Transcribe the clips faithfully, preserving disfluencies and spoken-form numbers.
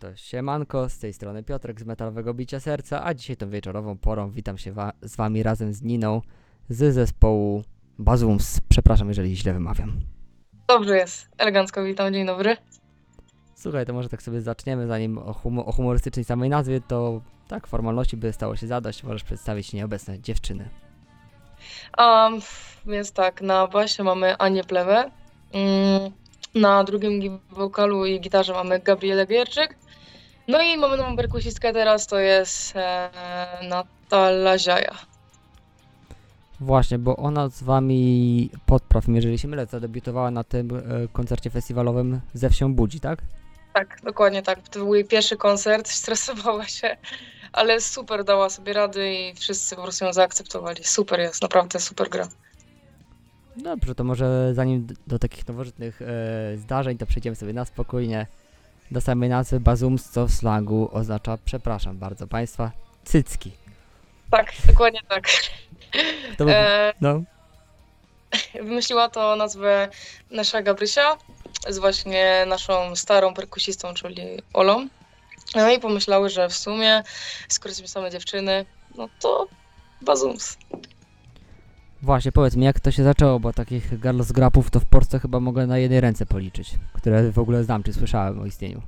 to siemanko, z tej strony Piotrek z Metalowego Bicia Serca, a dzisiaj tą wieczorową porą witam się wa- z wami razem z Niną z zespołu Bazooms. Przepraszam, jeżeli źle wymawiam. Dobrze jest, elegancko witam, dzień dobry. Słuchaj, to może tak sobie zaczniemy, zanim o, humo- o humorystycznej samej nazwie, to tak, formalności by stało się zadość, możesz przedstawić nieobecne dziewczyny. Um, więc tak, na basie mamy Anię Plewę, mm, na drugim gi- wokalu i gitarze mamy Gabrielę Gierczyk, no i mamy nową perkusistkę teraz, to jest e, Natala Ziaja. Właśnie, bo ona z wami, podpraw mnie, jeżeli się mylę, zadebiutowała na tym e, koncercie festiwalowym Ze Wsią Budzi, tak? Tak, dokładnie tak, to był jej pierwszy koncert, stresowała się, ale super dała sobie rady i wszyscy po prostu ją zaakceptowali. Super jest, naprawdę super gra. Dobrze, to może zanim d- do takich nowożytnych e, zdarzeń, to przejdziemy sobie na spokojnie do samej nazwy Bazooms, co w slangu oznacza, przepraszam bardzo Państwa, cycki. Tak, dokładnie tak. To by, E, no, Wymyśliła to nazwę nasza Gabrysia z właśnie naszą starą perkusistą, czyli Olą. No i pomyślały, że w sumie, skoro jesteśmy same dziewczyny, no to Bazooms. właśnie, powiedz mi, jak to się zaczęło, bo takich Garlos Grapów to w Polsce chyba mogę na jednej ręce policzyć, które w ogóle znam, czy słyszałem o istnieniu.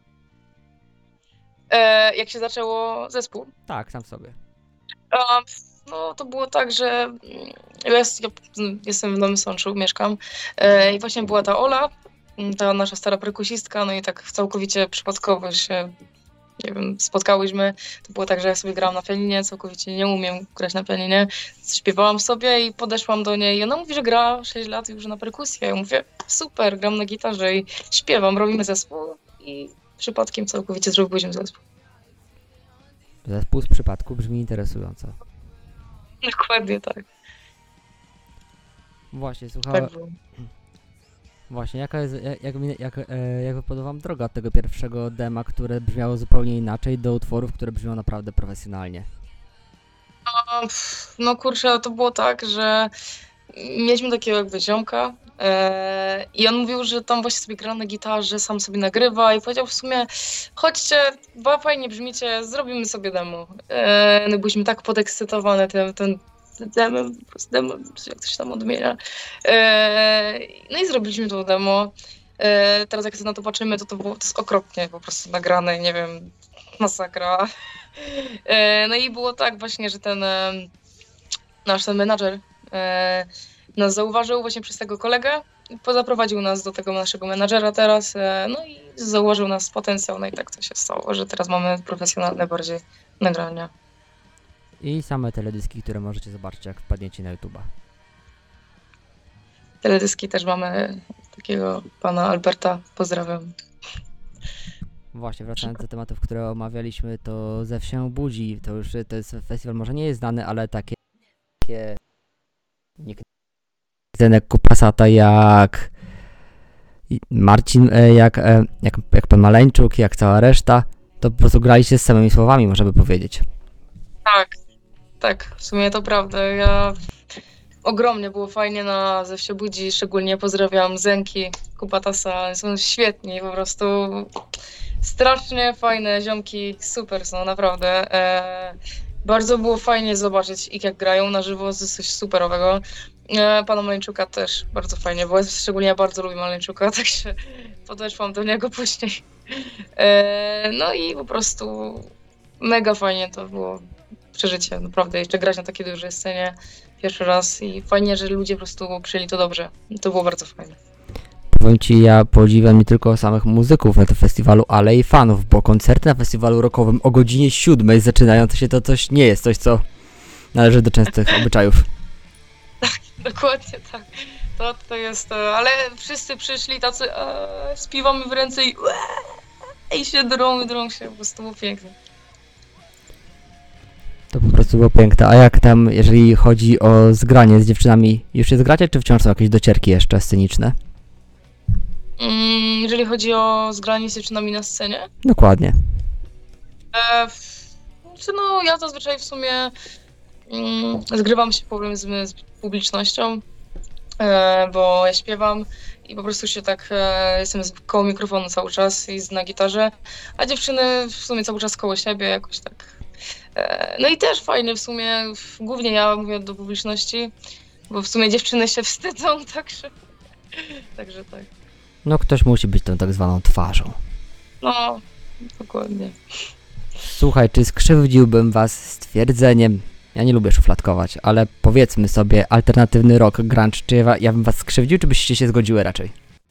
E, jak się zaczęło zespół? Tak, sam sobie. A, no to było tak, że mm, ja, jest, ja jestem w Nowym Sączu, mieszkam e, i właśnie była ta Ola, mm, ta nasza stara perkusistka, no i tak całkowicie przypadkowo się, nie wiem, spotkałyśmy. To było tak, że ja sobie grałam na pianinie, całkowicie nie umiem grać na pianinie. Śpiewałam sobie i podeszłam do niej i ona mówi, że gra sześć lat już na perkusję. Ja mówię, super, gram na gitarze i śpiewam, robimy zespół i przypadkiem całkowicie zrobiłyśmy zespół. Zespół z przypadku brzmi interesująco. Dokładnie tak. Właśnie, słuchałem, Tak było. właśnie, jaka jest, jak, jak, mi- jak, e, jak wypadła wam droga od tego pierwszego dema, które brzmiało zupełnie inaczej, do utworów, które brzmią naprawdę profesjonalnie? A, pff, No kurczę, to było tak, że mieliśmy takiego jakby ziomka e, i on mówił, że tam właśnie sobie gra na gitarze, sam sobie nagrywa i powiedział w sumie chodźcie, bo fajnie brzmicie, zrobimy sobie demo. E, no byliśmy tak podekscytowane tym, tym demem, po prostu demem, jak to się tam odmienia. E, no i zrobiliśmy to demo. E, teraz jak sobie na to patrzymy, to to, było, to jest okropnie po prostu nagrane, nie wiem, masakra. E, no i było tak właśnie, że ten e, nasz ten menadżer e, nas zauważył właśnie przez tego kolegę, pozaprowadził nas do tego naszego menadżera teraz, e, no i zauważył nas potencjał, no i tak to się stało, że teraz mamy profesjonalne bardziej nagrania. I same teledyski, które możecie zobaczyć, jak wpadniecie na YouTube'a. Teledyski też mamy takiego pana Alberta, pozdrawiam. Właśnie, wracając do tematów, które omawialiśmy, to Ze Wsią Budzi, to już to jest festiwal, może nie jest znany, ale takie takie Zenek Kupasata jak i Marcin, e, jak, e, jak, jak pan Maleńczuk, jak cała reszta, to po prostu graliście z samymi słowami, można by powiedzieć. Tak, tak, w sumie to prawda. Ja ogromnie było fajnie na Ze Wsi Budzi, szczególnie pozdrawiam Zenki, Kupatasa, są świetni, po prostu strasznie fajne ziomki, super są, naprawdę. E, bardzo było fajnie zobaczyć ich, jak grają na żywo, to jest coś superowego. E, pana Maleńczuka też bardzo fajnie było, szczególnie ja bardzo lubię Maleńczuka, także podeszłam do niego później. E, no i po prostu mega fajnie to było przeżycie, naprawdę. Jeszcze grać na takiej dużej scenie pierwszy raz i fajnie, że ludzie po prostu przyjęli to dobrze. To było bardzo fajne. Powiem ci, ja podziwiam nie tylko samych muzyków na tym festiwalu, ale i fanów, bo koncerty na festiwalu rockowym o godzinie siódmej zaczynające się to coś nie jest coś, co należy do częstych obyczajów. Dokładnie tak. To, to jest, e, ale wszyscy przyszli tacy e, z piwami w ręce i, e, i się drą, drą się, po prostu było pięknie. To po prostu było piękne. A jak tam, jeżeli chodzi o zgranie z dziewczynami, już się zgracie, czy wciąż są jakieś docierki jeszcze sceniczne? Mm, jeżeli chodzi o zgranie z dziewczynami na scenie, Dokładnie. e, czy no ja zazwyczaj w sumie mm, zgrywam się powiem z, z publicznością, e, bo ja śpiewam i po prostu się tak e, jestem z- koło mikrofonu cały czas i z- na gitarze, a dziewczyny w sumie cały czas koło siebie jakoś tak. E, no i też fajnie w sumie, w- głównie ja mówię do publiczności, bo w sumie dziewczyny się wstydzą, także, także tak. No ktoś musi być tą tak zwaną twarzą. No, dokładnie. Słuchaj, czy skrzywdziłbym was stwierdzeniem, ja nie lubię szufladkować, ale powiedzmy sobie alternatywny rock, grunge, czy ja, ja bym was skrzywdził, czy byście się zgodziły raczej?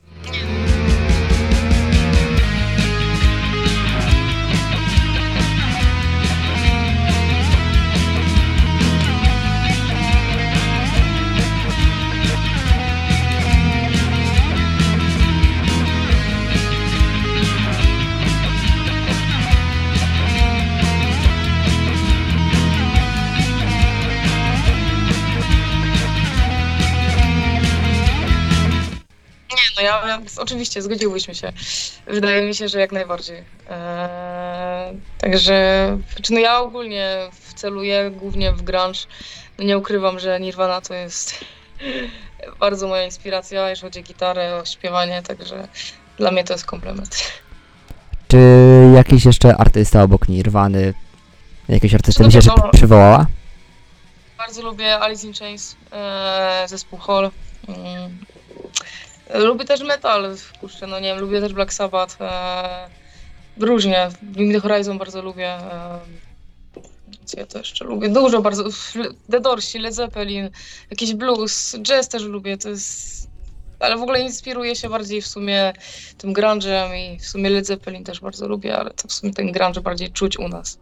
No ja, ja oczywiście zgodziłyśmy się. Wydaje mi się, że jak najbardziej. Eee, także, znaczy no ja ogólnie celuję głównie w grunge. No nie ukrywam, że Nirvana to jest bardzo moja inspiracja, jeśli chodzi o gitarę, o śpiewanie, także dla mnie to jest komplement. Czy jakiś jeszcze artysta obok Nirwany, jakiś artysta No mi się wiadomo. przy- przywołała? Bardzo lubię Alice in Chains, eee, zespół Hall. Mm. Lubię też metal, kurczę, no nie wiem, lubię też Black Sabbath. Eee, różnie. Bring the Horizon bardzo lubię. Eee, co ja to jeszcze lubię? Dużo bardzo. The Doorsi, Led Zeppelin, jakiś blues, jazz też lubię. To jest... Ale w ogóle inspiruję się bardziej w sumie tym grunge'em i w sumie Led Zeppelin też bardzo lubię, ale to w sumie ten grunge bardziej czuć u nas.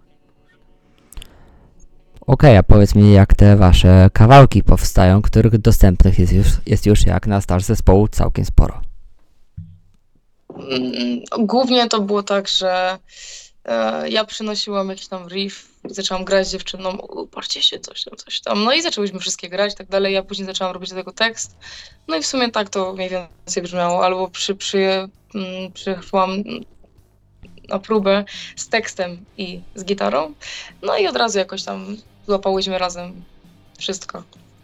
Okej, a powiedz mi, jak te wasze kawałki powstają, których dostępnych jest już, jest już jak na start zespołu całkiem sporo. Mm, Głównie to było tak, że e, ja przynosiłam jakiś tam riff, zaczęłam grać z dziewczyną, uparcie się, coś tam, coś tam. No i zaczęłyśmy wszystkie grać i tak dalej. Ja później zaczęłam robić do tego tekst. No i w sumie tak to mniej więcej brzmiało. Albo przy, przy, mm, przyszłam na próbę z tekstem i z gitarą. No i od razu jakoś tam złapałyśmy razem wszystko.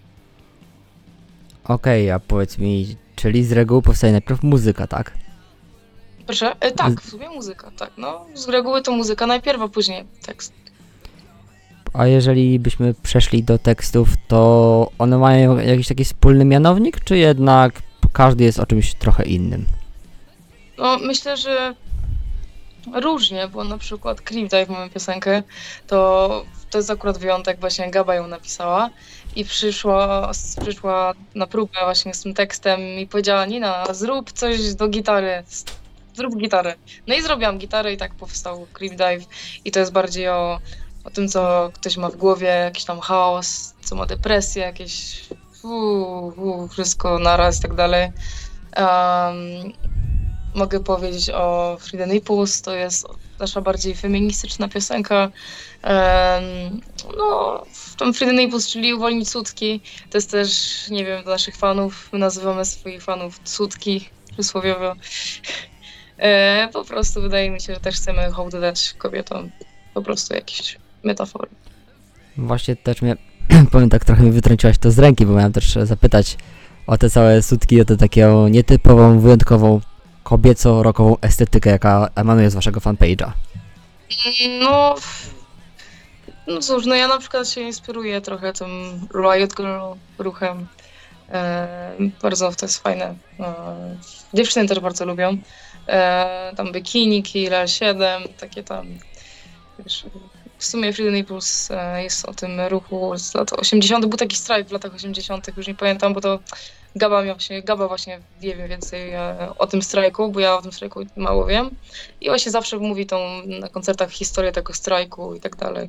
Okej, a powiedz mi, czyli z reguły powstaje najpierw muzyka, tak? Proszę? E, tak, w sumie muzyka, tak. No, z reguły to muzyka najpierw, a później tekst. A jeżeli byśmy przeszli do tekstów, to one mają jakiś taki wspólny mianownik, czy jednak każdy jest o czymś trochę innym? No, myślę, że różnie, bo na przykład Cliff Dive mamy piosenkę, to to jest akurat wyjątek, właśnie Gaba ją napisała i przyszła, przyszła na próbę właśnie z tym tekstem i powiedziała: Nina, zrób coś do gitary, zrób gitarę. No i zrobiłam gitarę i tak powstał Cliff Dive i to jest bardziej o, o tym, co ktoś ma w głowie, jakiś tam chaos, co ma depresję, jakieś uu, uu, wszystko naraz i tak dalej. Um, Mogę powiedzieć o Free the Nipples, to jest nasza bardziej feministyczna piosenka. Um, no, w tym Free the Nipples, czyli uwolnić cudki, to jest też, nie wiem, dla naszych fanów, my nazywamy swoich fanów cudki, przysłowiowo. E, po prostu wydaje mi się, że też chcemy hołd dać kobietom po prostu jakieś metafory. Właśnie też mnie, powiem tak, trochę mi wytrąciłaś to z ręki, bo miałem też zapytać o te całe sutki, o tę taką nietypową, wyjątkową, kobieco-rockową estetykę, jaka emanuje z waszego fanpage'a. No, no cóż, no ja na przykład się inspiruję trochę tym Riot Girl ruchem. E, bardzo to jest fajne. E, dziewczyny też bardzo lubią. E, tam bikini, Killer siedem, takie tam. Wiesz, w sumie Free the Nipples e, jest o tym ruchu z lat osiemdziesiątych. Był taki strajk w latach osiemdziesiątych, już nie pamiętam, bo to Gaba miał właśnie, Gaba właśnie wie więcej e, o tym strajku, bo ja o tym strajku mało wiem. I właśnie zawsze mówi tą na koncertach historię tego strajku i tak dalej.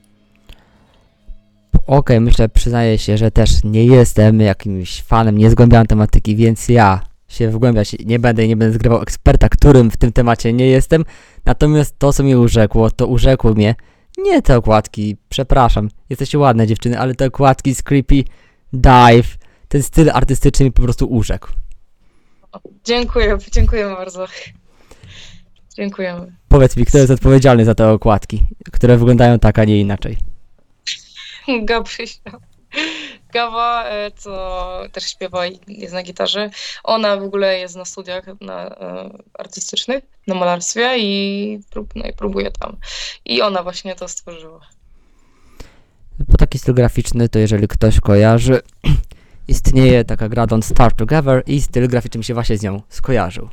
Okej, myślę, przyznaję się, że też nie jestem jakimś fanem, nie zgłębiam tematyki, więc ja się wgłębiać nie będę i nie będę zgrywał eksperta, którym w tym temacie nie jestem. Natomiast to, co mnie urzekło, to urzekło mnie nie te okładki, przepraszam, jesteście ładne dziewczyny, ale te okładki z Creepy Dive, ten styl artystyczny mi po prostu urzekł. Dziękuję, dziękujemy bardzo. Dziękujemy. Powiedz mi, kto jest odpowiedzialny za te okładki, które wyglądają tak, a nie inaczej? Gabrysia. Gawa, e, co też śpiewa i jest na gitarze. Ona w ogóle jest na studiach na, e, artystycznych, na malarstwie i, prób, no, i próbuje tam. I ona właśnie to stworzyła. Bo taki styl graficzny, to jeżeli ktoś kojarzy, istnieje taka gra Don't Starve Together i styl graficzny mi się właśnie z nią skojarzył.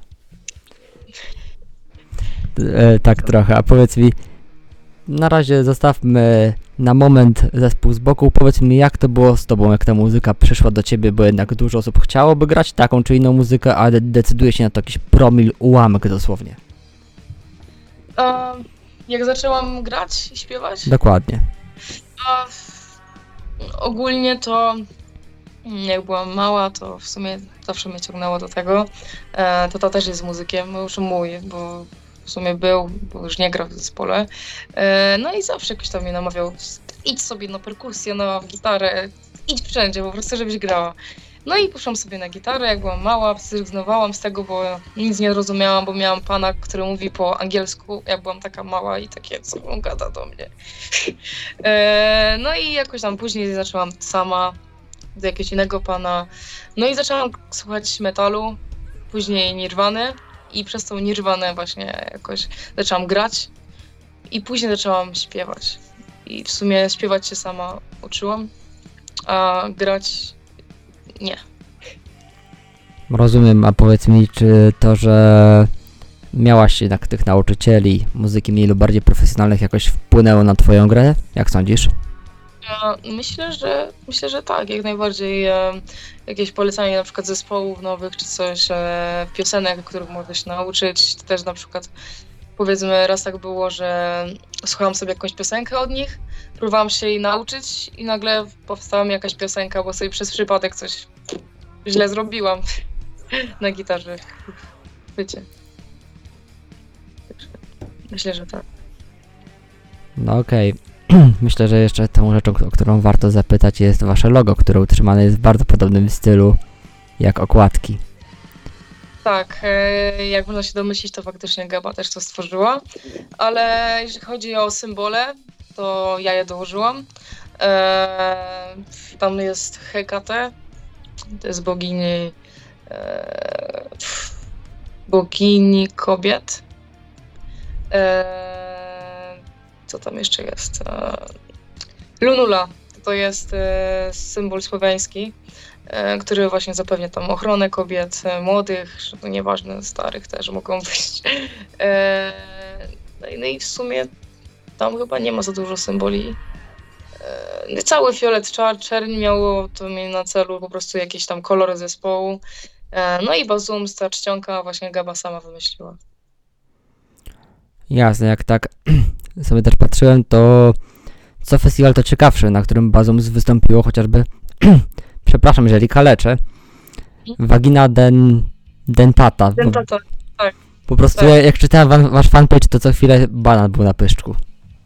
E, tak trochę, a powiedz mi, na razie zostawmy na moment zespół z boku, powiedz mi, jak to było z tobą, jak ta muzyka przyszła do ciebie, bo jednak dużo osób chciałoby grać taką czy inną muzykę, ale decyduje się na to jakiś promil, ułamek dosłownie. A jak zaczęłam grać i śpiewać, Dokładnie. a ogólnie to mm, jak byłam mała, to w sumie zawsze mnie ciągnęło do tego. E, tata też jest muzykiem, no już mój, bo w sumie był, bo już nie gra w zespole. E, no i zawsze jakoś tam mnie namawiał, idź sobie na perkusję, na gitarę, idź wszędzie, po prostu żebyś grała. No i poszłam sobie na gitarę, jak byłam mała, zrezygnowałam z tego, bo nic nie rozumiałam, bo miałam pana, który mówi po angielsku, jak byłam taka mała i takie, co on gada do mnie. E, no i jakoś tam później zaczęłam sama do jakiegoś innego pana. No i zaczęłam słuchać metalu, później Nirwany i przez tą Nirwanę właśnie jakoś zaczęłam grać i później zaczęłam śpiewać. I w sumie śpiewać się sama uczyłam, a grać nie. Rozumiem, a powiedz mi, czy to, że miałaś jednak tych nauczycieli muzyki mniej lub bardziej profesjonalnych jakoś wpłynęło na twoją grę? Jak sądzisz? Ja myślę, że myślę, że tak, jak najbardziej. E, jakieś polecanie na przykład zespołów nowych czy coś, e, piosenek, których można się nauczyć. To też na przykład powiedzmy raz tak było, że słuchałam sobie jakąś piosenkę od nich, próbowałam się jej nauczyć i nagle powstała mi jakaś piosenka, bo sobie przez przypadek coś źle zrobiłam na gitarze. Wiecie. Także myślę, że tak. No okej. Myślę, że jeszcze tą rzeczą, o którą warto zapytać, jest wasze logo, które utrzymane jest w bardzo podobnym stylu jak okładki. Tak, e, jak można się domyślić, to faktycznie Gaba też to stworzyła, ale jeżeli chodzi o symbole, to ja je dołożyłam. E, tam jest Hekate, to jest bogini, e, bogini kobiet. E, co tam jeszcze jest? E, Lunula, to jest e, symbol słowiański, e, który właśnie zapewnia tam ochronę kobiet, e, młodych, że to nieważne, starych też mogą być. E, no, i, no i w sumie tam chyba nie ma za dużo symboli. E, cały fiolet czar, czerń miało to mieć na celu po prostu jakieś tam kolory zespołu. E, no i bazum, ta czcionka właśnie Gaba sama wymyśliła. Jasne, jak tak sobie też patrzyłem, to co festiwal to ciekawszy, na którym Bazums wystąpiło chociażby, przepraszam, jeżeli kaleczę, Vagina den, dentata. Po, Dentata. po prostu tak. ja, jak czytałem wa- wasz fanpage, to co chwilę banan był na pyszczku.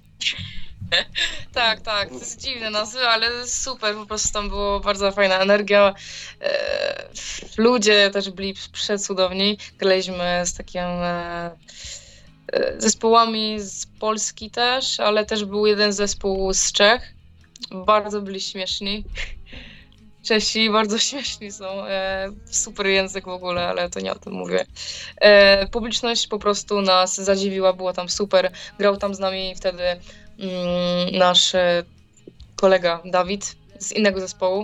Tak, tak, to jest dziwne nazwy, ale super, po prostu tam była bardzo fajna energia. E, ludzie też byli przecudowni. Graliśmy z takim e, e, zespołami z Polski też, ale też był jeden zespół z Czech. Bardzo byli śmieszni. Czesi bardzo śmieszni są. E, super język w ogóle, ale to nie o tym mówię. E, publiczność po prostu nas zadziwiła, było tam super. Grał tam z nami wtedy mm, nasz e, kolega Dawid z innego zespołu.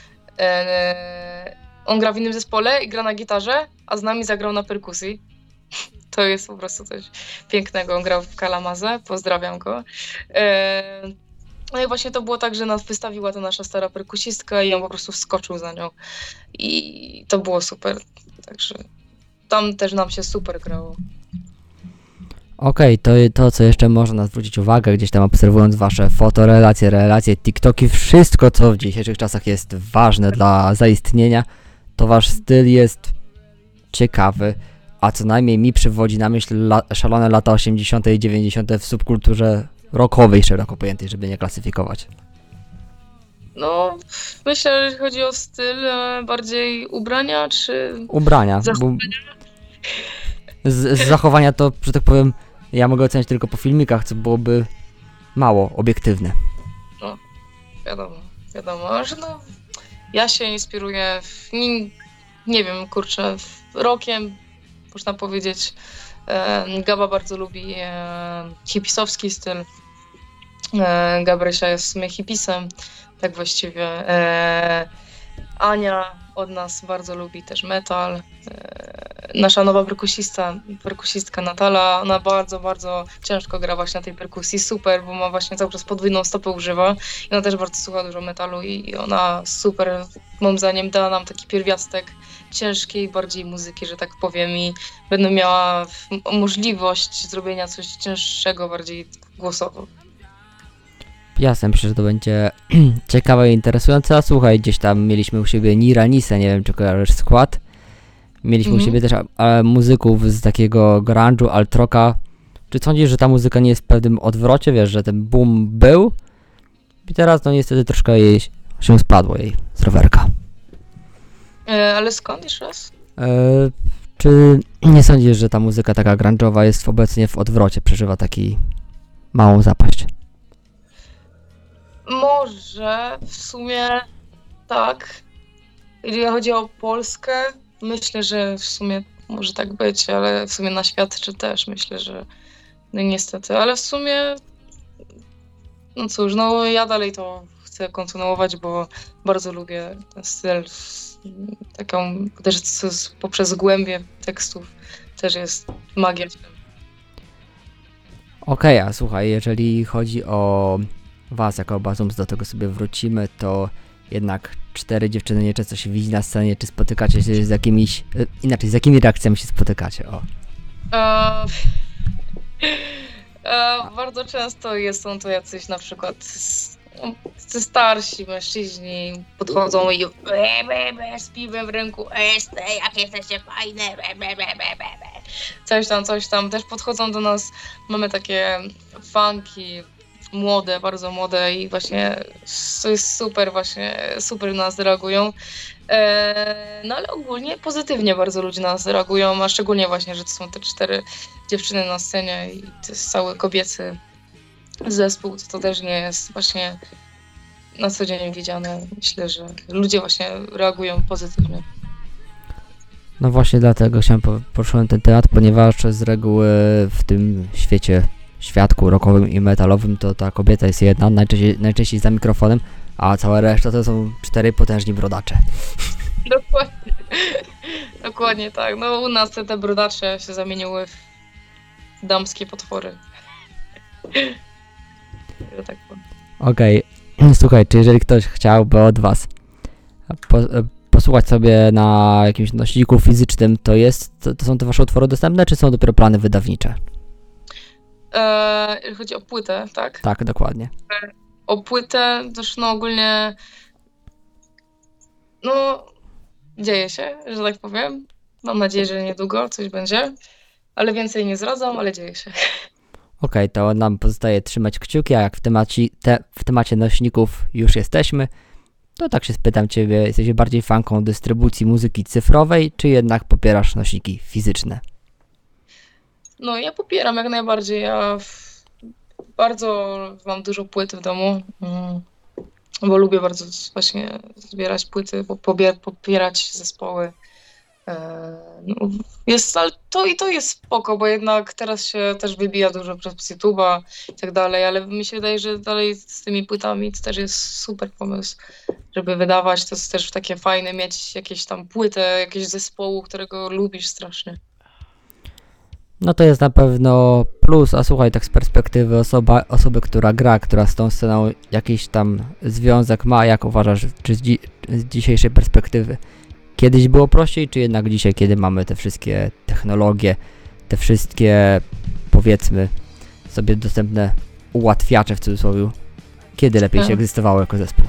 E, on gra w innym zespole i gra na gitarze, a z nami zagrał na perkusji. To jest po prostu coś pięknego. On grał w Kalamazę, pozdrawiam go. E, No i właśnie to było tak, że nas wystawiła ta nasza stara perkusistka i on po prostu wskoczył za nią. I to było super. Także tam też nam się super grało. Okej, to, to co jeszcze można zwrócić uwagę, gdzieś tam obserwując wasze fotorelacje, relacje, TikToki, wszystko co w dzisiejszych czasach jest ważne dla zaistnienia, to wasz styl jest ciekawy, a co najmniej mi przywodzi na myśl la, szalone lata osiemdziesiąte i dziewięćdziesiąte w subkulturze rockowej szeroko pojętej, żeby nie klasyfikować. No, myślę, że jeśli chodzi o styl, e, bardziej ubrania, czy... Ubrania. Bo z, z zachowania to, że tak powiem, ja mogę oceniać tylko po filmikach, co byłoby mało obiektywne. Wiadomo, wiadomo, że no... ja się inspiruję, w, nie, nie wiem, kurczę, w rockiem, można powiedzieć. E, Gaba bardzo lubi e, hipisowski styl. E, Gabrysia jest w sumie hipisem, tak właściwie. E, Ania od nas bardzo lubi też metal. E, nasza nowa perkusista, perkusistka Natala, ona bardzo, bardzo ciężko gra właśnie na tej perkusji. Super, bo ma właśnie cały czas podwójną stopę używa. I ona też bardzo słucha dużo metalu i, i ona super, moim zdaniem, da nam taki pierwiastek ciężkiej bardziej muzyki, że tak powiem, i będę miała w- możliwość zrobienia coś cięższego, bardziej głosowo. Jasne, myślę, że to będzie ciekawe i interesujące. A słuchaj, gdzieś tam mieliśmy u siebie Nira Nisę, nie wiem czy kojarzysz skład. Mieliśmy u Mhm. siebie też a, a, muzyków z takiego grunge'u, alt-rocka. Czy sądzisz, że ta muzyka nie jest w pewnym odwrocie? Wiesz, że ten boom był i teraz no niestety troszkę jej się spadło jej z rowerka. E, ale skąd jeszcze raz? E, czy nie sądzisz, że ta muzyka taka grunge'owa jest obecnie w odwrocie, przeżywa taki małą zapaść? Może w sumie tak. Jeżeli chodzi o Polskę, myślę, że w sumie może tak być, ale w sumie na świat czy też myślę, że no niestety, ale w sumie no cóż, no ja dalej to chcę kontynuować, bo bardzo lubię ten styl, s- taką też c- s- poprzez głębię tekstów też jest magia w tym. Okej, a słuchaj, jeżeli chodzi o was jako Bazums, do tego sobie wrócimy, to jednak cztery dziewczyny nieczęsto się widzi na scenie, czy spotykacie się z jakimiś, e, inaczej, z jakimi reakcjami się spotykacie, o. E, e, bardzo często jest, są to jacyś na przykład s- no, tacy starsi mężczyźni podchodzą i be, be, be, z piwem w ręku, este, jakie jesteście fajne, be, be, be, be, be, be. Coś tam, coś tam. Też podchodzą do nas, mamy takie funky, młode, bardzo młode i właśnie to jest super, właśnie super na nas reagują. E, no ale ogólnie pozytywnie bardzo ludzie na nas reagują, a szczególnie właśnie, że to są te cztery dziewczyny na scenie i to jest cały kobiecy zespół, to, to też nie jest właśnie na co dzień widziane. Myślę, że ludzie właśnie reagują pozytywnie. No właśnie dlatego chciałem po- poruszyłem ten temat, ponieważ z reguły w tym świecie, świadku rockowym i metalowym to ta kobieta jest jedna, najczęściej, najczęściej za mikrofonem, a cała reszta to są cztery potężni brodacze. Dokładnie. Dokładnie tak. No u nas te, te brodacze się zamieniły w damskie potwory. Że tak powiem. Okej, słuchaj, czy jeżeli ktoś chciałby od was po, e, posłuchać sobie na jakimś nośniku fizycznym, to jest, to, to są te wasze utwory dostępne, czy są dopiero plany wydawnicze? E, jeżeli chodzi o płytę, tak? Tak, dokładnie. O płytę też no ogólnie no dzieje się, że tak powiem. Mam nadzieję, że niedługo coś będzie, ale więcej nie zdradzam, ale dzieje się. Okej, to nam pozostaje trzymać kciuki, a jak w temacie, te, w temacie nośników już jesteśmy, to tak się spytam ciebie, jesteś bardziej fanką dystrybucji muzyki cyfrowej, czy jednak popierasz nośniki fizyczne? No ja popieram jak najbardziej. Ja w, bardzo mam dużo płyt w domu, mm, bo lubię bardzo właśnie zbierać płyty, po- pobie- popierać zespoły. E, no, jest, ale to i to jest spoko, bo jednak teraz się też wybija dużo przez YouTube'a i tak dalej, ale mi się wydaje, że dalej z tymi płytami to też jest super pomysł, żeby wydawać. To jest też takie fajne mieć jakieś tam płytę, jakieś zespołu, którego lubisz strasznie. No to jest na pewno plus, a słuchaj, tak z perspektywy osoba, osoby, która gra, która z tą sceną jakiś tam związek ma, jak uważasz, czy z, dzi- z dzisiejszej perspektywy kiedyś było prościej, czy jednak dzisiaj, kiedy mamy te wszystkie technologie, te wszystkie, powiedzmy, sobie dostępne ułatwiacze w cudzysłowie, kiedy lepiej się Mhm. egzystowało jako zespół?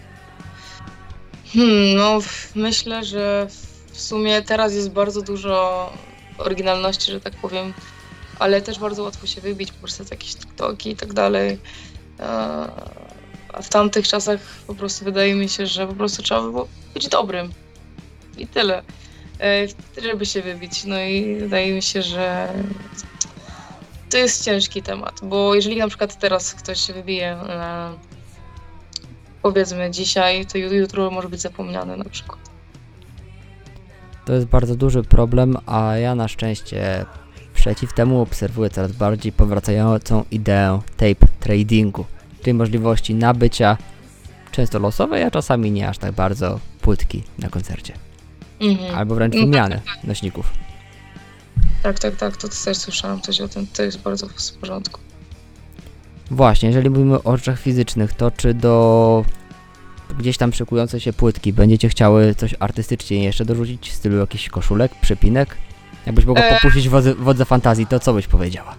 Hmm, no w- myślę, że w sumie teraz jest bardzo dużo oryginalności, że tak powiem, ale też bardzo łatwo się wybić poprzez jakieś TikToki i tak dalej. A a w tamtych czasach po prostu wydaje mi się, że po prostu trzeba było być dobrym i tyle, e, żeby się wybić. No i wydaje mi się, że to jest ciężki temat, bo jeżeli na przykład teraz ktoś się wybije e, powiedzmy dzisiaj, to ju- jutro może być zapomniane na przykład. To jest bardzo duży problem, a ja na szczęście przeciw temu obserwuję coraz bardziej powracającą ideę tape tradingu, czyli możliwości nabycia często losowej, a czasami nie aż tak bardzo płytki na koncercie. Mhm. Albo wręcz No tak, wymiany nośników. Tak, tak, tak, to też słyszałam coś o tym, to jest bardzo w porządku. Właśnie, jeżeli mówimy o rzeczach fizycznych, to czy do gdzieś tam szykującej się płytki będziecie chciały coś artystycznie jeszcze dorzucić w stylu jakichś koszulek, przypinek? Jakbyś mogła Eee. popuścić wodze, wodze fantazji, to co byś powiedziała?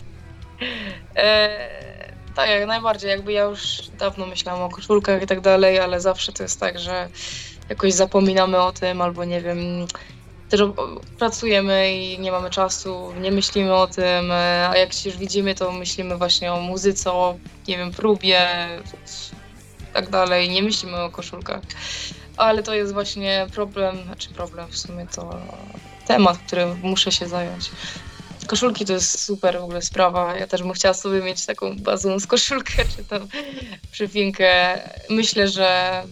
Eee, tak, jak najbardziej, jakby ja już dawno myślałam o koszulkach i tak dalej, ale zawsze to jest tak, że jakoś zapominamy o tym, albo nie wiem, też o- pracujemy i nie mamy czasu, nie myślimy o tym, e, a jak się już widzimy, to myślimy właśnie o muzyce, o, nie wiem, próbie, tak dalej, nie myślimy o koszulkach. Ale to jest właśnie problem, znaczy problem, w sumie to temat, którym muszę się zająć. Koszulki to jest super w ogóle sprawa. Ja też bym chciała sobie mieć taką bazą z koszulkę, czy tam przypinkę. Myślę, że,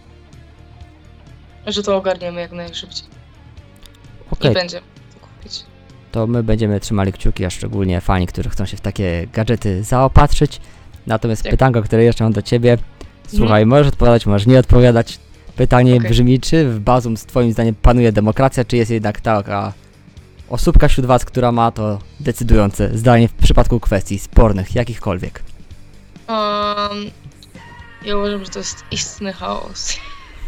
że to ogarniemy jak najszybciej Okej, i będziemy to kupić. to my będziemy trzymali kciuki, a szczególnie fani, którzy chcą się w takie gadżety zaopatrzyć. Natomiast Tak. pytanko, które jeszcze mam do ciebie. Słuchaj, możesz odpowiadać, możesz nie odpowiadać. Pytanie Okej. brzmi, czy w Bazum z twoim zdaniem panuje demokracja, czy jest jednak taka osóbka wśród was, która ma to decydujące zdanie w przypadku kwestii spornych, jakichkolwiek? Um, ja uważam, że to jest istny chaos.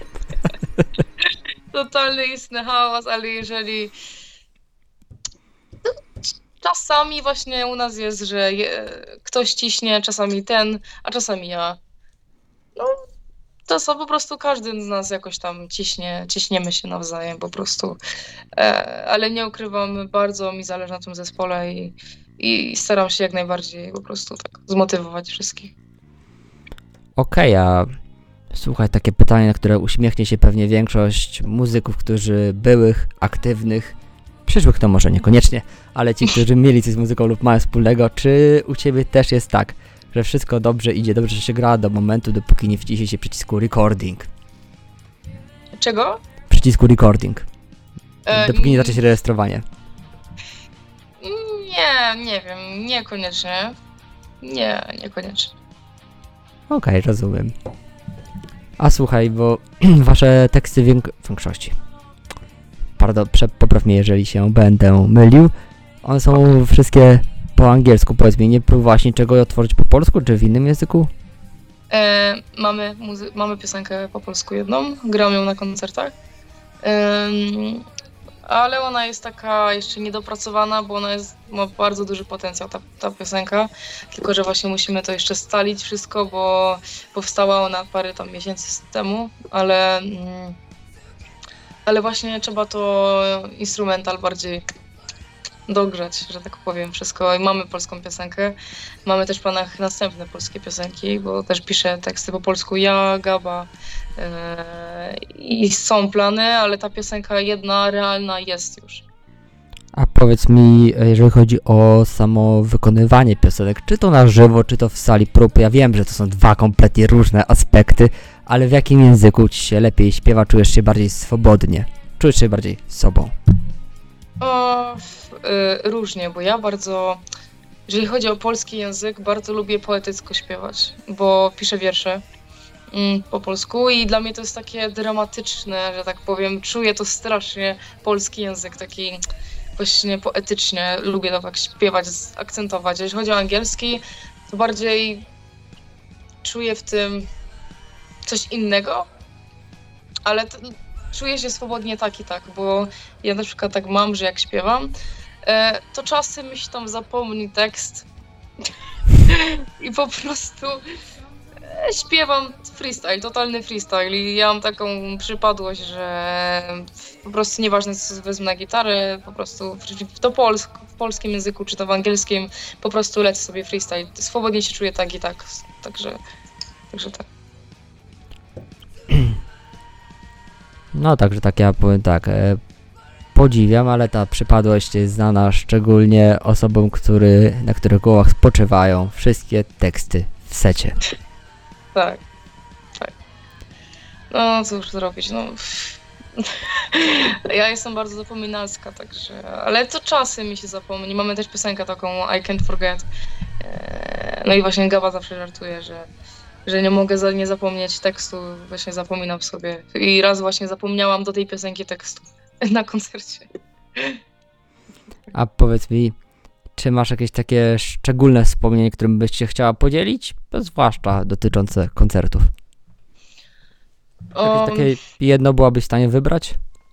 Totalny istny chaos, ale jeżeli... No, czasami właśnie u nas jest, że je, ktoś ciśnie, czasami ten, a czasami ja. No, to są po prostu każdy z nas jakoś tam ciśnie, ciśniemy się nawzajem po prostu. E, ale nie ukrywam, bardzo mi zależy na tym zespole i, i staram się jak najbardziej po prostu tak zmotywować wszystkich. Okej, a słuchaj, takie pytanie, na które uśmiechnie się pewnie większość muzyków, którzy byłych, aktywnych, przyszłych to może niekoniecznie, ale ci, którzy mieli coś z muzyką lub mają wspólnego, czy u ciebie też jest tak, że wszystko dobrze idzie, dobrze się gra do momentu, dopóki nie wciśnie się przycisku recording? Czego? Przycisku recording. E, Dopóki nie zacznie się rejestrowanie. Nie, nie wiem, niekoniecznie. Nie, niekoniecznie. Okej, rozumiem. A słuchaj, bo wasze teksty wiek- w większości. Pardon, prze- popraw mnie, jeżeli się będę mylił. One są wszystkie po angielsku, powiedz mi, nie próbowałaś niczego otworzyć po polsku, czy w innym języku? E, mamy, muzy- mamy piosenkę po polsku jedną, gram ją na koncertach. Em, ale ona jest taka jeszcze niedopracowana, bo ona jest, ma bardzo duży potencjał, ta, ta piosenka. Tylko że właśnie musimy to jeszcze scalić wszystko, bo powstała ona parę tam miesięcy temu, ale, mm, ale właśnie trzeba to instrumental bardziej dogrzać, że tak powiem, wszystko. I mamy polską piosenkę. Mamy też w planach następne polskie piosenki, bo też piszę teksty po polsku ja, Gaba. Eee, I są plany, ale ta piosenka jedna realna jest już. A powiedz mi, jeżeli chodzi o samo wykonywanie piosenek, czy to na żywo, czy to w sali prób, ja wiem, że to są dwa kompletnie różne aspekty, ale w jakim języku ci się lepiej śpiewa, czujesz się bardziej swobodnie? Czujesz się bardziej sobą? O, f- y, różnie, bo ja bardzo, jeżeli chodzi o polski język, bardzo lubię poetycko śpiewać, bo piszę wiersze mm, po polsku i dla mnie to jest takie dramatyczne, że tak powiem, czuję to strasznie, polski język, taki właśnie poetycznie, lubię to tak śpiewać, z- akcentować. Jeżeli chodzi o angielski, to bardziej czuję w tym coś innego, ale t- czuję się swobodnie tak i tak, bo ja na przykład tak mam, że jak śpiewam, e, to czasem mi się tam zapomni tekst i po prostu e, śpiewam freestyle, totalny freestyle i ja mam taką przypadłość, że po prostu nieważne co wezmę na gitarę, po prostu w, to polsk, w polskim języku czy to w angielskim, po prostu lecę sobie freestyle. Swobodnie się czuję tak i tak, także, także tak. No także tak, ja powiem tak, e, podziwiam, ale ta przypadłość jest znana szczególnie osobom, który, na których głowach spoczywają wszystkie teksty w secie. Tak. No, co już zrobić, no. Ja jestem bardzo zapominalska, także... Ale to czasem mi się zapomni. Mamy też piosenkę taką I Can't Forget. Eee, No i właśnie Gaba zawsze żartuje, że, że nie mogę za, nie zapomnieć tekstu, właśnie zapominam sobie. I raz właśnie zapomniałam do tej piosenki tekstu na koncercie. A powiedz mi, czy masz jakieś takie szczególne wspomnienie, którym byś się chciała podzielić? Zwłaszcza dotyczące koncertów. Jakieś Um, takie jedno byłabyś w stanie wybrać?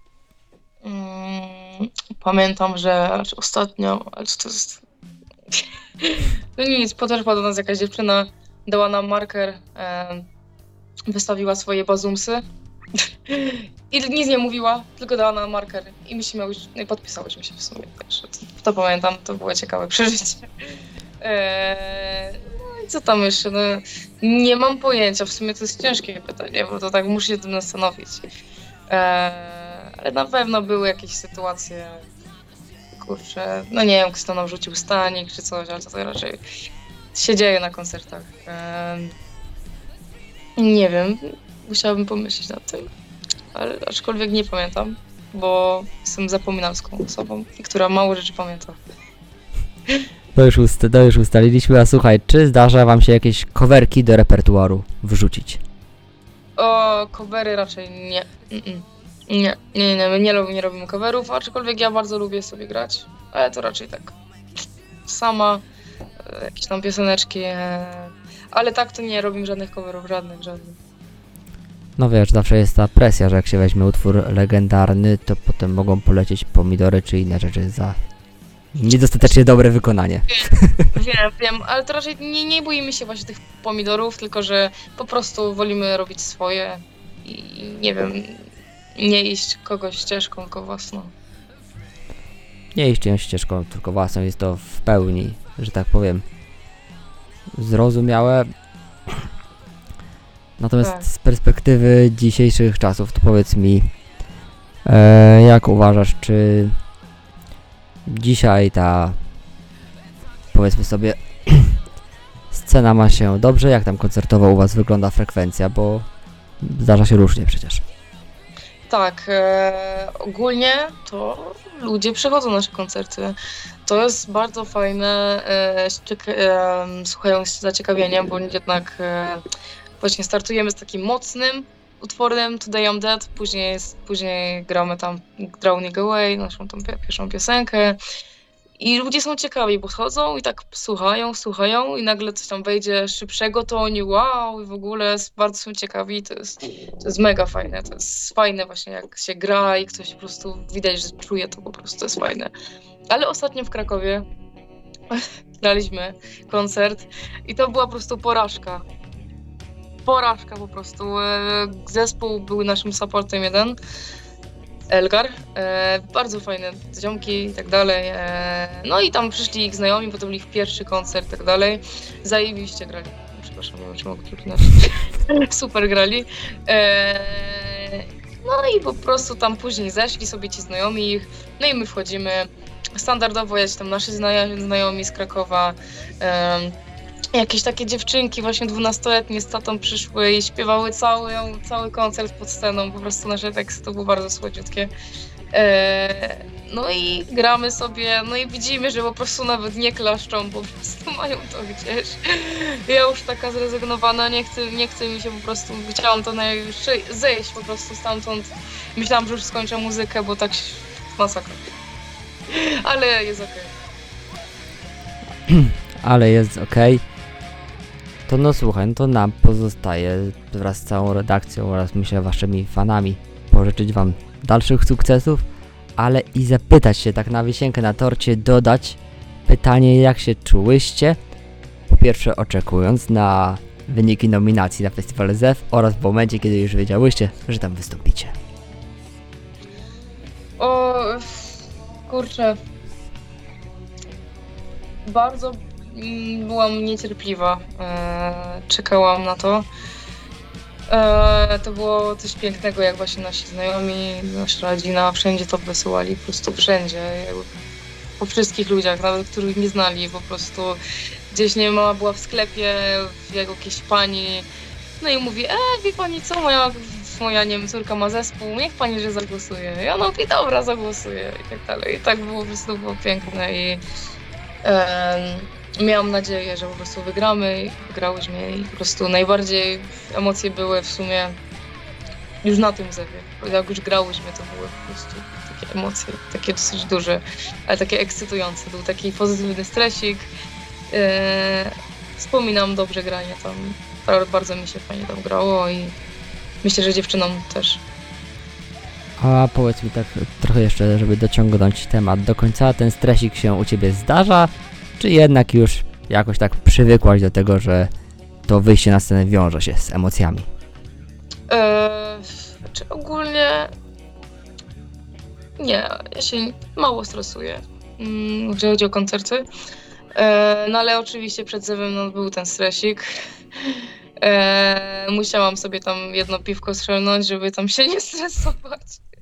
mm, Pamiętam, że aż ostatnio, ale co to jest... No nic, podeszła do nas jakaś dziewczyna, dała nam marker, em, wystawiła swoje bazumsy i nic nie mówiła, tylko dała nam marker i my się miały, no i podpisałyśmy się w sumie. Także to, to pamiętam, to było ciekawe przeżycie. Eee, no i co tam jeszcze? No, nie mam pojęcia, w sumie to jest ciężkie pytanie, bo to tak muszę się tym zastanowić. Eee, ale na pewno były jakieś sytuacje, kurczę, no nie wiem, kto nam rzucił stanik czy coś, ale to, to raczej się dzieje na koncertach. Eee, nie wiem, musiałabym pomyśleć nad tym, ale aczkolwiek nie pamiętam, bo jestem zapominalską osobą, która mało rzeczy pamięta. To już, ust- to już ustaliliśmy, a słuchaj, czy zdarza wam się jakieś coverki do repertuaru wrzucić? O, covery raczej nie. Mm-mm. Nie, nie, nie, my nie, lub- nie robimy coverów, aczkolwiek ja bardzo lubię sobie grać, ale to raczej tak sama, e, jakieś tam pioseneczki, e, ale tak to nie robimy żadnych coverów, żadnych, żadnych. No wiesz, zawsze jest ta presja, że jak się weźmie utwór legendarny, to potem mogą polecieć pomidory czy inne rzeczy za niedostatecznie dobre wykonanie. Wiem, wiem, ale to raczej nie, nie boimy się właśnie tych pomidorów, tylko że po prostu wolimy robić swoje i nie wiem, nie iść kogoś ścieżką, tylko własną. Nie iść tą ścieżką, tylko własną, jest to w pełni, że tak powiem, zrozumiałe. Natomiast Tak. z perspektywy dzisiejszych czasów, to powiedz mi, e, jak uważasz, czy dzisiaj ta, powiedzmy sobie, scena ma się dobrze? Jak tam koncertowo u was wygląda frekwencja? Bo zdarza się różnie przecież. Tak, e, ogólnie to ludzie przychodzą na nasze koncerty. To jest bardzo fajne, e, ściek- e, słuchają z zaciekawieniem, bo jednak e, właśnie startujemy z takim mocnym utworem Today I'm Dead, później, jest, później gramy tam Drowning Away, naszą tą pi- pierwszą piosenkę. I ludzie są ciekawi, bo chodzą i tak słuchają, słuchają i nagle coś tam wejdzie szybszego, to oni wow i w ogóle s- bardzo są ciekawi. To jest, to jest mega fajne, to jest fajne właśnie jak się gra i ktoś po prostu widać, że czuje to po prostu, to jest fajne. Ale ostatnio w Krakowie graliśmy koncert i to była po prostu porażka. Porażka po prostu. E, Zespół był naszym supportem jeden. Elgar, e, bardzo fajne ziomki i tak dalej. E, no i tam przyszli ich znajomi, bo to był ich pierwszy koncert i tak dalej. Zajebiście grali. Przepraszam, nie wiem, czy mogę kliknąć. Super grali. E, no i po prostu tam później zeszli sobie ci znajomi ich, no i my wchodzimy. Standardowo jest tam nasi znajomi, znajomi z Krakowa. E, Jakieś takie dziewczynki właśnie dwunastoletnie z tatą przyszły i śpiewały cały, cały koncert pod sceną, po prostu nasze teksty to było bardzo słodziutkie. E, no i gramy sobie, no i widzimy, że po prostu nawet nie klaszczą, po prostu mają to gdzieś. Ja już taka zrezygnowana, nie chcę, nie chcę mi się po prostu, chciałam to najwyżej zejść po prostu stamtąd. Myślałam, że już skończę muzykę, bo tak się- masakra. Ale jest okej. Ale jest okej. To no słuchaj, no to nam pozostaje wraz z całą redakcją oraz myślę waszymi fanami pożyczyć wam dalszych sukcesów, ale i zapytać się tak na wisienkę na torcie, dodać pytanie, jak się czułyście, po pierwsze oczekując na wyniki nominacji na festiwal Z E F oraz w momencie, kiedy już wiedziałyście, że tam wystąpicie. O, kurczę. Bardzo mm, byłam niecierpliwa. E, czekałam na to. E, to było coś pięknego, jak właśnie nasi znajomi, nasza rodzina, wszędzie to wysyłali, po prostu wszędzie. Jakby po wszystkich ludziach, nawet których nie znali, po prostu gdzieś, nie wiem, mama była w sklepie, jak jakieś pani, no i mówi, e, wie pani co, moja moja, nie wiem, córka ma zespół, niech pani, że zagłosuje. Ja no i dobra, zagłosuję i tak dalej. I tak było, po prostu było piękne i em, miałam nadzieję, że po prostu wygramy i wygrałyśmy i po prostu najbardziej emocje były w sumie już na tym zewie. Jak już grałyśmy, to były po prostu takie emocje, takie dosyć duże, ale takie ekscytujące. Był taki pozytywny stresik. E, wspominam dobrze granie tam. Bardzo- Bardzo mi się fajnie tam grało i myślę, że dziewczynom też. A powiedz mi tak trochę jeszcze, żeby dociągnąć temat do końca, ten stresik się u ciebie zdarza, czy jednak już jakoś tak przywykłaś do tego, że to wyjście na scenę wiąże się z emocjami? E, czy ogólnie nie, ja się mało stresuję, mm, jeżeli chodzi o koncerty. E, no ale oczywiście przed zewem no, był ten stresik. E, musiałam sobie tam jedno piwko strzelnąć, żeby tam się nie stresować.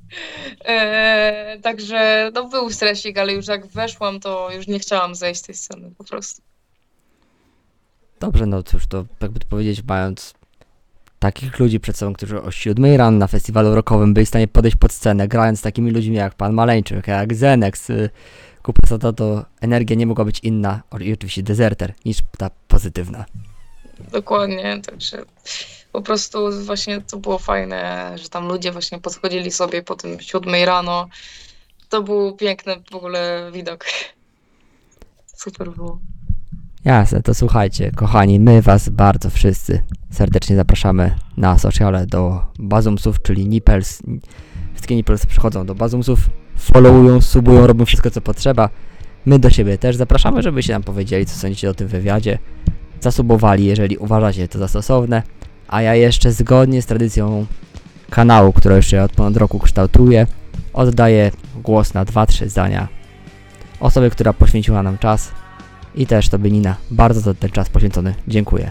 E, także no, był stresik, ale już jak weszłam, to już nie chciałam zejść z tej sceny po prostu. Dobrze, no cóż, to jakby to powiedzieć, mając takich ludzi przed sobą, którzy o siódmej rano na festiwalu rockowym byli w stanie podejść pod scenę, grając z takimi ludźmi jak pan Maleńczyk, jak Zenex, y, Kupasa, to, to energia nie mogła być inna, o- i oczywiście Deserter, niż ta pozytywna. Dokładnie, także po prostu właśnie to było fajne, że tam ludzie właśnie podchodzili sobie po tym siódmej rano. To był piękny w ogóle widok. Super było. Jasne, to słuchajcie, kochani, my was bardzo wszyscy serdecznie zapraszamy na sociale do Bazumsów, czyli Nipples. Wszystkie Nipples przychodzą do Bazumsów, followują, subują, robią wszystko co potrzeba. My do siebie też zapraszamy, żebyście nam powiedzieli, co sądzicie o tym wywiadzie. Zasubowali, jeżeli uważacie to za stosowne. A ja jeszcze zgodnie z tradycją kanału, który już się od ponad roku kształtuje, oddaję głos na dwa trzy zdania osobie, która poświęciła nam czas. I też tobie, Nina, bardzo za ten czas poświęcony dziękuję.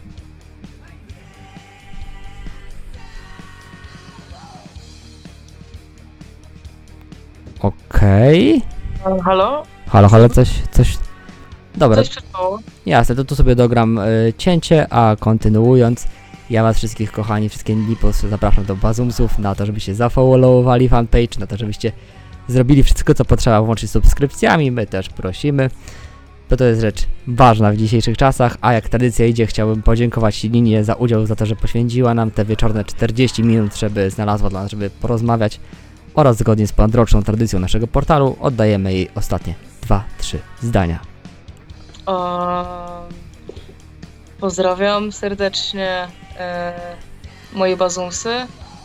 Okej. Halo? Halo, halo, coś, coś... Dobra, Coś przerwało? jasne, to tu sobie dogram y, cięcie, a kontynuując, ja was wszystkich, kochani, wszystkie Nipos zapraszam do Bazumsów, na to, żebyście zafollowowali fanpage, na to, żebyście zrobili wszystko, co potrzeba, włącznie z subskrypcjami, my też prosimy. Bo to jest rzecz ważna w dzisiejszych czasach, a jak tradycja idzie, chciałbym podziękować Linie za udział, za to, że poświęciła nam te wieczorne czterdzieści minut, żeby znalazła dla nas, żeby porozmawiać, oraz zgodnie z ponadroczną tradycją naszego portalu oddajemy jej ostatnie dwa trzy zdania. Ehm, pozdrawiam serdecznie e, moje bazumsy.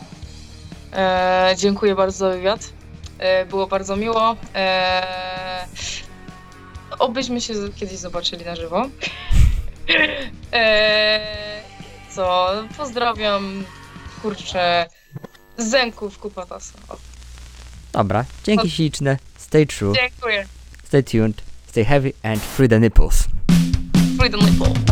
E, dziękuję bardzo za wywiad. E, było bardzo miło. E, obyśmy się z- kiedyś zobaczyli na żywo. E, co? Pozdrawiam, kurczę, Zenków Kupatasa. O, Dobra, dzięki śliczne, stay true, dziękuję. stay tuned, stay heavy and free the nipples. Freedom Nipple.